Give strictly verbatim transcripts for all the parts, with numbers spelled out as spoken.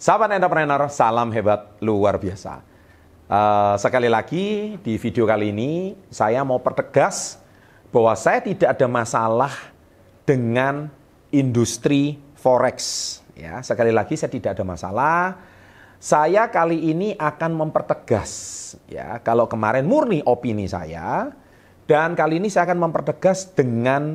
Sahabat entrepreneur, salam hebat luar biasa. Uh, sekali lagi di video kali ini saya mau pertegas bahwa saya tidak ada masalah dengan industri forex. Ya, sekali lagi saya tidak ada masalah. Saya kali ini akan mempertegas. Ya, kalau kemarin murni opini saya, dan kali ini saya akan mempertegas dengan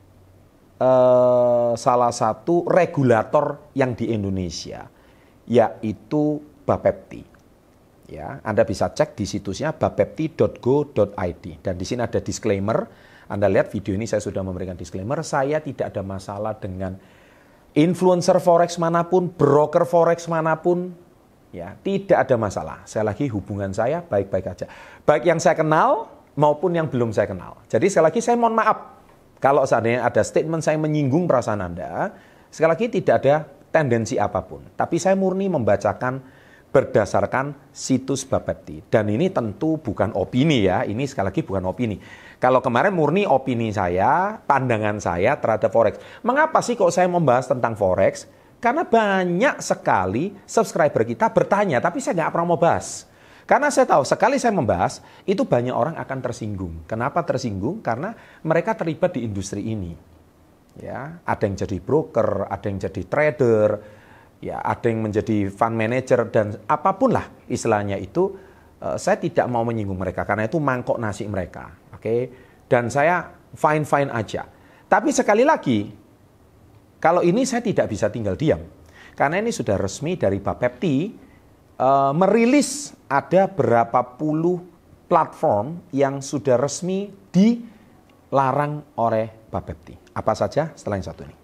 uh, salah satu regulator yang di Indonesia, yaitu Bapepti. Ya, Anda bisa cek di situsnya bapepti dot go dot i d, dan di sini ada disclaimer. Anda lihat video ini saya sudah memberikan disclaimer, saya tidak ada masalah dengan influencer forex manapun, broker forex manapun, ya, tidak ada masalah. Saya lagi hubungan saya baik-baik aja. Baik yang saya kenal maupun yang belum saya kenal. Jadi sekali lagi saya mohon maaf kalau seandainya ada statement saya menyinggung perasaan Anda. Sekali lagi tidak ada tendensi apapun. Tapi saya murni membacakan berdasarkan situs Bapepti. Dan ini tentu bukan opini ya, ini sekali lagi bukan opini. Kalau kemarin murni opini saya, pandangan saya terhadap forex. Mengapa sih kok saya membahas tentang forex? Karena banyak sekali subscriber kita bertanya, tapi saya nggak pernah mau bahas. Karena saya tahu sekali saya membahas, itu banyak orang akan tersinggung. Kenapa tersinggung? Karena mereka terlibat di industri ini. Ya, ada yang jadi broker, ada yang jadi trader, ya, ada yang menjadi fund manager, dan apapun lah istilahnya itu, uh, saya tidak mau menyinggung mereka karena itu mangkok nasi mereka, oke? Okay? Dan saya fine fine aja. Tapi sekali lagi, kalau ini saya tidak bisa tinggal diam, karena ini sudah resmi dari Bapepti uh, merilis ada berapa puluh platform yang sudah resmi dilarang oleh Bapepti. Apa saja setelah yang satu ini?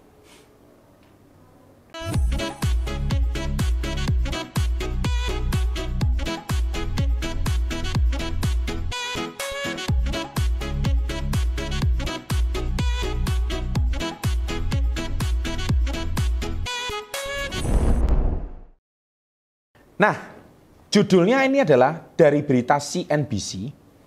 Nah, judulnya ini adalah dari berita C N B C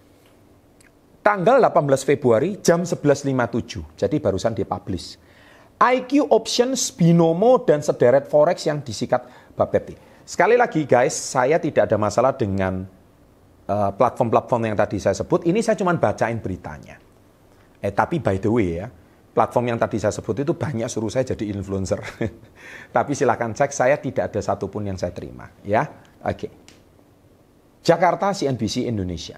tanggal delapan belas Februari jam sebelas lima puluh tujuh. Jadi barusan dipublish. I Q Options, Binomo, dan sederet forex yang disikat Bapepti. Sekali lagi guys, saya tidak ada masalah dengan uh, platform-platform yang tadi saya sebut. Ini saya cuma bacain beritanya. Eh tapi by the way ya, platform yang tadi saya sebut itu banyak suruh saya jadi influencer. Tapi silakan cek, saya tidak ada satupun yang saya terima. Ya, oke. Okay. Jakarta, C N B C Indonesia.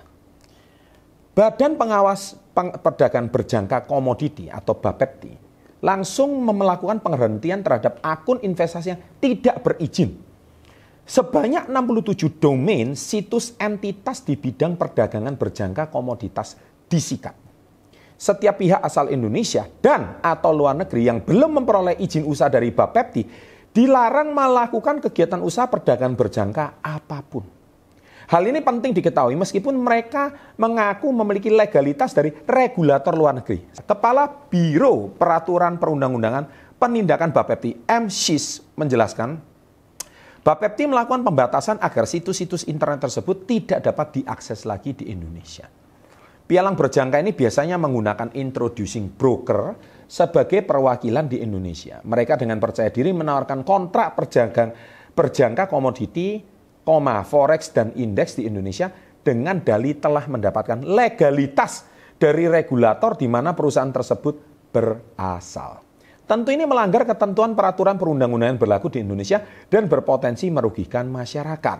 Badan Pengawas Perdagangan Berjangka Komoditi atau Bapepti langsung melakukan penghentian terhadap akun investasi yang tidak berizin. Sebanyak enam puluh tujuh domain situs entitas di bidang perdagangan berjangka komoditas disikat. Setiap pihak asal Indonesia dan atau luar negeri yang belum memperoleh izin usaha dari Bapepti dilarang melakukan kegiatan usaha perdagangan berjangka apapun. Hal ini penting diketahui meskipun mereka mengaku memiliki legalitas dari regulator luar negeri. Kepala Biro Peraturan Perundang-undangan Penindakan Bapepti, M. Shis, menjelaskan, Bapepti melakukan pembatasan agar situs-situs internet tersebut tidak dapat diakses lagi di Indonesia. Pialang berjangka ini biasanya menggunakan introducing broker sebagai perwakilan di Indonesia. Mereka dengan percaya diri menawarkan kontrak perjangka, perjangka komoditi, forex dan indeks di Indonesia dengan dalih telah mendapatkan legalitas dari regulator di mana perusahaan tersebut berasal. Tentu ini melanggar ketentuan peraturan perundang-undangan berlaku di Indonesia dan berpotensi merugikan masyarakat.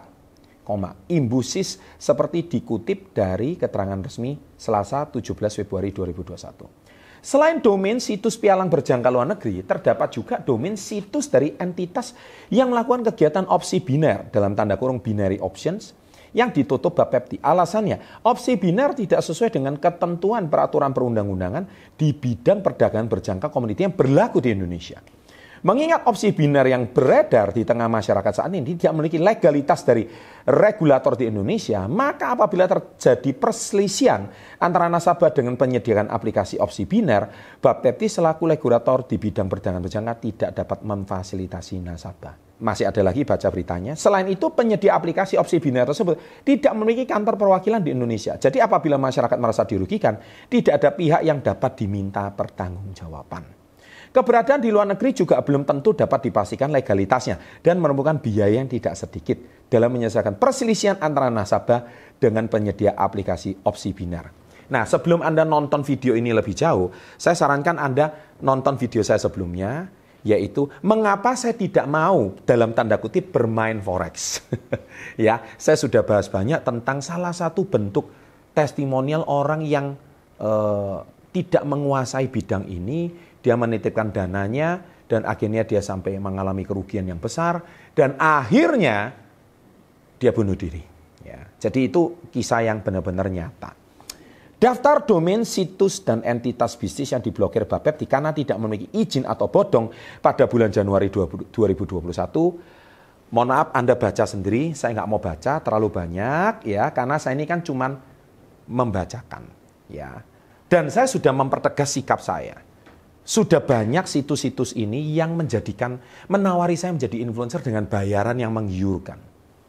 Imbusis seperti dikutip dari keterangan resmi Selasa tujuh belas Februari dua ribu dua puluh satu. Selain domain situs pialang berjangka luar negeri, terdapat juga domain situs dari entitas yang melakukan kegiatan opsi biner dalam tanda kurung binary options yang ditutup Bapepti. Alasannya, opsi biner tidak sesuai dengan ketentuan peraturan perundang-undangan di bidang perdagangan berjangka komoditi yang berlaku di Indonesia. Mengingat opsi biner yang beredar di tengah masyarakat saat ini tidak memiliki legalitas dari regulator di Indonesia, maka apabila terjadi perselisihan antara nasabah dengan penyediaan aplikasi opsi biner, Bapepti selaku regulator di bidang perdagangan berjangka tidak dapat memfasilitasi nasabah. Masih ada lagi baca beritanya. Selain itu, penyedia aplikasi opsi biner tersebut tidak memiliki kantor perwakilan di Indonesia. Jadi apabila masyarakat merasa dirugikan, tidak ada pihak yang dapat diminta pertanggungjawaban. Keberadaan di luar negeri juga belum tentu dapat dipastikan legalitasnya dan menemukan biaya yang tidak sedikit dalam menyelesaikan perselisihan antara nasabah dengan penyedia aplikasi opsi binar. Nah, sebelum Anda nonton video ini lebih jauh, saya sarankan Anda nonton video saya sebelumnya, yaitu mengapa saya tidak mau dalam tanda kutip bermain forex. Ya, saya sudah bahas banyak tentang salah satu bentuk testimonial orang yang eh, tidak menguasai bidang ini. Dia menitipkan dananya dan akhirnya dia sampai mengalami kerugian yang besar dan akhirnya dia bunuh diri. Ya, jadi itu kisah yang benar-benar nyata. Daftar domain, situs, dan entitas bisnis yang diblokir Bapepti karena tidak memiliki izin atau bodong pada bulan Januari dua ribu dua puluh satu. Mohon maaf, Anda baca sendiri, saya nggak mau baca terlalu banyak ya, karena saya ini kan cuman membacakan. Ya. Dan saya sudah mempertegas sikap saya. Sudah banyak situs-situs ini yang menjadikan, menawari saya menjadi influencer dengan bayaran yang menggiurkan.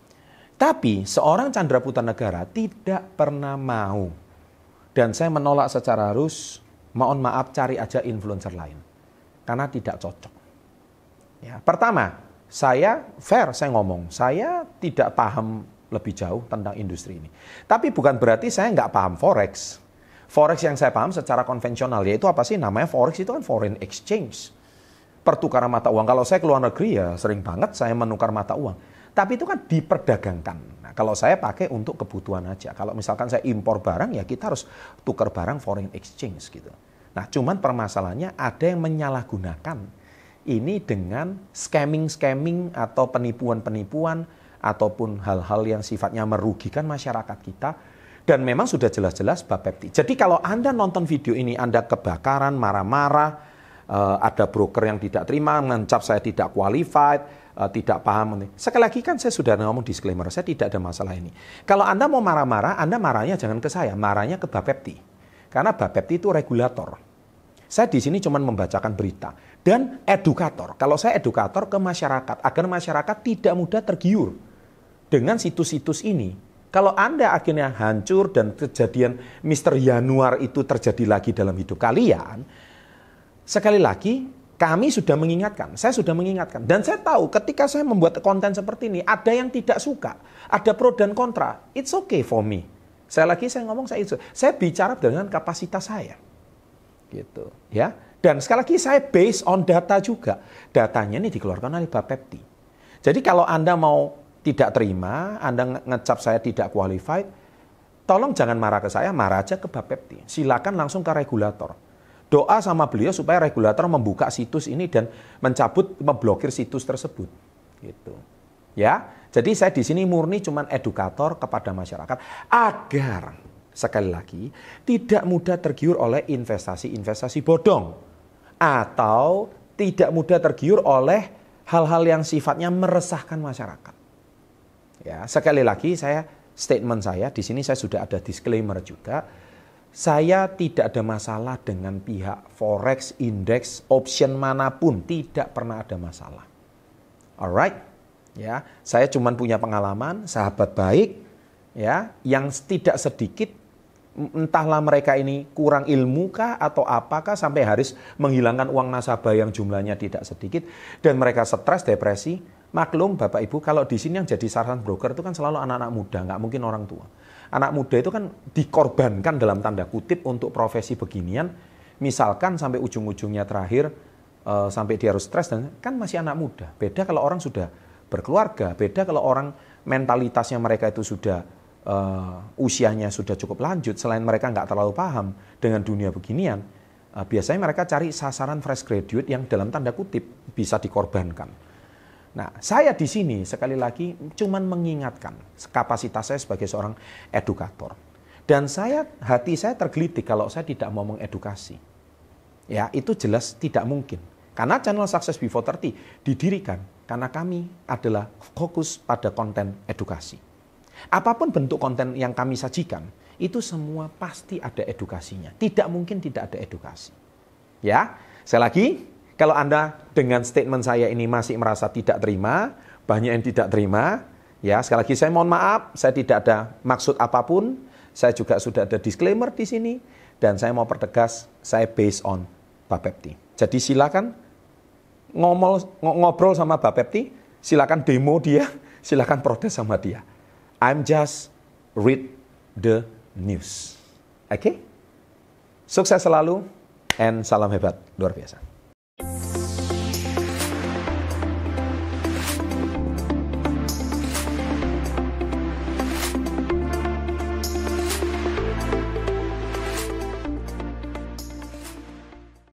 Tapi seorang Chandra Putra Negara tidak pernah mau. Dan saya menolak secara harus, mohon maaf cari aja influencer lain. Karena tidak cocok. Ya, pertama, saya fair, saya ngomong, saya tidak paham lebih jauh tentang industri ini. Tapi bukan berarti saya nggak paham forex. Forex yang saya paham secara konvensional, yaitu apa sih? Namanya forex itu kan foreign exchange. Pertukaran mata uang. Kalau saya ke luar negeri ya sering banget saya menukar mata uang. Tapi itu kan diperdagangkan. Nah, kalau saya pakai untuk kebutuhan aja. Kalau misalkan saya impor barang ya kita harus tukar barang foreign exchange gitu. Nah, cuman permasalahannya ada yang menyalahgunakan ini dengan scamming-scamming atau penipuan-penipuan ataupun hal-hal yang sifatnya merugikan masyarakat kita. Dan memang sudah jelas-jelas Bapepti. Jadi kalau Anda nonton video ini, Anda kebakaran, marah-marah, uh, ada broker yang tidak terima, mencap saya tidak qualified, uh, tidak paham. Sekali lagi kan saya sudah ngomong disclaimer, saya tidak ada masalah ini. Kalau Anda mau marah-marah, Anda marahnya jangan ke saya, marahnya ke Bapepti. Karena Bapepti itu regulator. Saya di sini cuma membacakan berita. Dan edukator. Kalau saya edukator ke masyarakat, agar masyarakat tidak mudah tergiur dengan situs-situs ini. Kalau Anda akhirnya hancur dan kejadian mister Yanuar itu terjadi lagi dalam hidup kalian, sekali lagi kami sudah mengingatkan, saya sudah mengingatkan. Dan saya tahu ketika saya membuat konten seperti ini, ada yang tidak suka, ada pro dan kontra. It's okay for me. Saya lagi saya ngomong, saya itu, saya bicara dengan kapasitas saya. Gitu, ya. Dan sekali lagi saya based on data juga. Datanya ini dikeluarkan oleh Bapepti. Jadi kalau Anda mau tidak terima, Anda ngecap saya tidak qualified, tolong jangan marah ke saya, marah aja ke Bapepti. Silakan langsung ke regulator. Doa sama beliau supaya regulator membuka situs ini dan mencabut, memblokir situs tersebut. Gitu. Ya, jadi saya di sini murni cuman edukator kepada masyarakat agar sekali lagi tidak mudah tergiur oleh investasi-investasi bodong atau tidak mudah tergiur oleh hal-hal yang sifatnya meresahkan masyarakat. Ya, sekali lagi saya statement saya di sini saya sudah ada disclaimer juga. Saya tidak ada masalah dengan pihak forex, indeks, option manapun, tidak pernah ada masalah. Alright? Ya, saya cuma punya pengalaman, sahabat baik ya, yang tidak sedikit entahlah mereka ini kurang ilmu kah atau apakah sampai harus menghilangkan uang nasabah yang jumlahnya tidak sedikit dan mereka stres, depresi. Maklum Bapak Ibu, kalau di sini yang jadi sasaran broker itu kan selalu anak-anak muda, nggak mungkin orang tua. Anak muda itu kan dikorbankan dalam tanda kutip untuk profesi beginian, misalkan sampai ujung-ujungnya terakhir, uh, sampai dia harus stres, dan kan masih anak muda. Beda kalau orang sudah berkeluarga, beda kalau orang mentalitasnya mereka itu sudah, uh, usianya sudah cukup lanjut, selain mereka nggak terlalu paham dengan dunia beginian, uh, biasanya mereka cari sasaran fresh graduate yang dalam tanda kutip bisa dikorbankan. Nah, saya di sini sekali lagi cuman mengingatkan kapasitas saya sebagai seorang edukator. Dan saya hati saya tergelitik kalau saya tidak mau mengedukasi. Ya, itu jelas tidak mungkin. Karena channel Success Before tiga puluh didirikan karena kami adalah fokus pada konten edukasi. Apapun bentuk konten yang kami sajikan, itu semua pasti ada edukasinya. Tidak mungkin tidak ada edukasi. Ya, sekali lagi kalau Anda dengan statement saya ini masih merasa tidak terima, banyak yang tidak terima, ya sekali lagi saya mohon maaf, saya tidak ada maksud apapun, saya juga sudah ada disclaimer di sini, dan saya mau pertegas, saya based on Bapepti. Jadi silakan ngomol, ngobrol sama Mbak Pepti, silakan demo dia, silakan protes sama dia. I'm just read the news. Oke? Okay? Sukses selalu and salam hebat luar biasa.